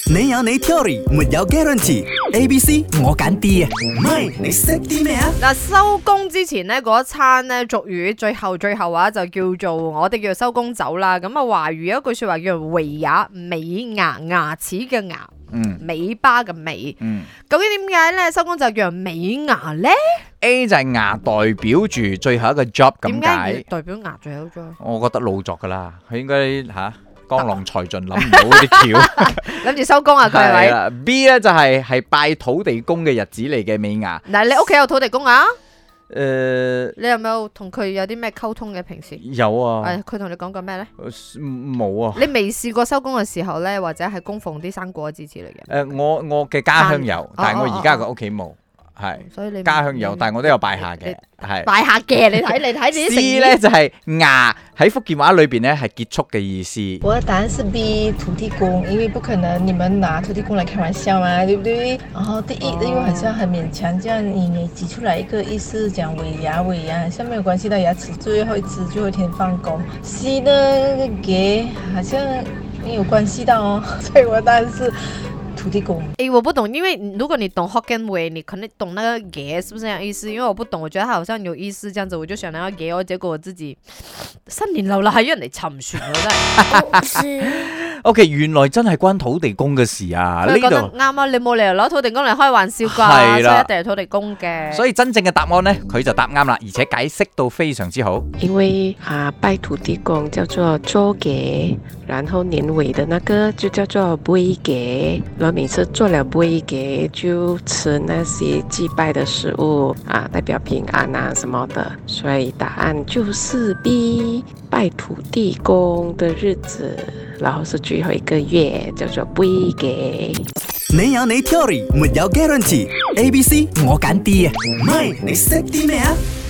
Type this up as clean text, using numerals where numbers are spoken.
你有你 theory， 沒有 guarantee。ABC 我揀 D 啊，唔係你識啲咩啊？ 嗱，收工之前咧嗰一餐咧俗語最後話就叫做我哋叫收工走啦。咁啊華語有一句說話叫做尾牙，尾牙牙齒嘅牙，尾巴嘅尾。究竟點解咧收工就叫做尾牙咧 ？A 就係牙代表住最後一個 job 咁解。 點解代表牙最後一個 job？ 我覺得老作噶啦，佢應該江郎才盡，諗唔到啲橋， 諗住收工啊佢係咪 ？B 咧就係拜土地公嘅日子嚟嘅尾牙。 嗱，你屋企有土地公啊？ 你有冇同佢有啲咩溝通嘅平時？ 有啊。 佢同你講過咩咧？ 冇啊。 你未試過收工嘅時候咧，或者係供奉啲生果之類嘅？ 我嘅家鄉有，但係我而家嘅屋企冇。係， 所以你家鄉有，但係我都有拜下嘅，係拜下嘅。你睇啲成語。 C 咧就係牙喺福建話裏邊咧係結束嘅意思。 我的答案是 B 土地公，因為不可能你們拿土地公來開玩笑嘛，對不對？然後第一又好像很勉強，這樣你擠出來一個意思講尾牙，好像沒有關係到牙齒最後一隻最後一天放工。C 呢嘅好像沒有關係到哦，所以我的答案是土地公。 我不懂，因為如果你懂 Hokkien 話，你肯定懂那個嘢是不是這樣意思？因為我不懂，我覺得它好像有意思，這樣子我就想那個嘢，結果我自己新年流流係人嚟沉船我真係。 OK， 原來真係關土地公嘅事啊！呢度啱啊，你冇理由攞土地公嚟開玩笑㗎，所以一定係土地公嘅。 所以真正嘅答案呢，佢就答啱啦，而且解釋到非常之好。 因為拜土地公叫做做嘅，然後年尾的那個就叫做尾嘅，然後每次做了尾嘅就吃那些祭拜的食物代表平安什麼的，所以答案就是 B， 拜土地公的日子，然後是最後一個月叫做尾嘅。 你有你 theory， 沒有 guarantee。ABC 我揀 D 啊，唔係你識啲咩啊？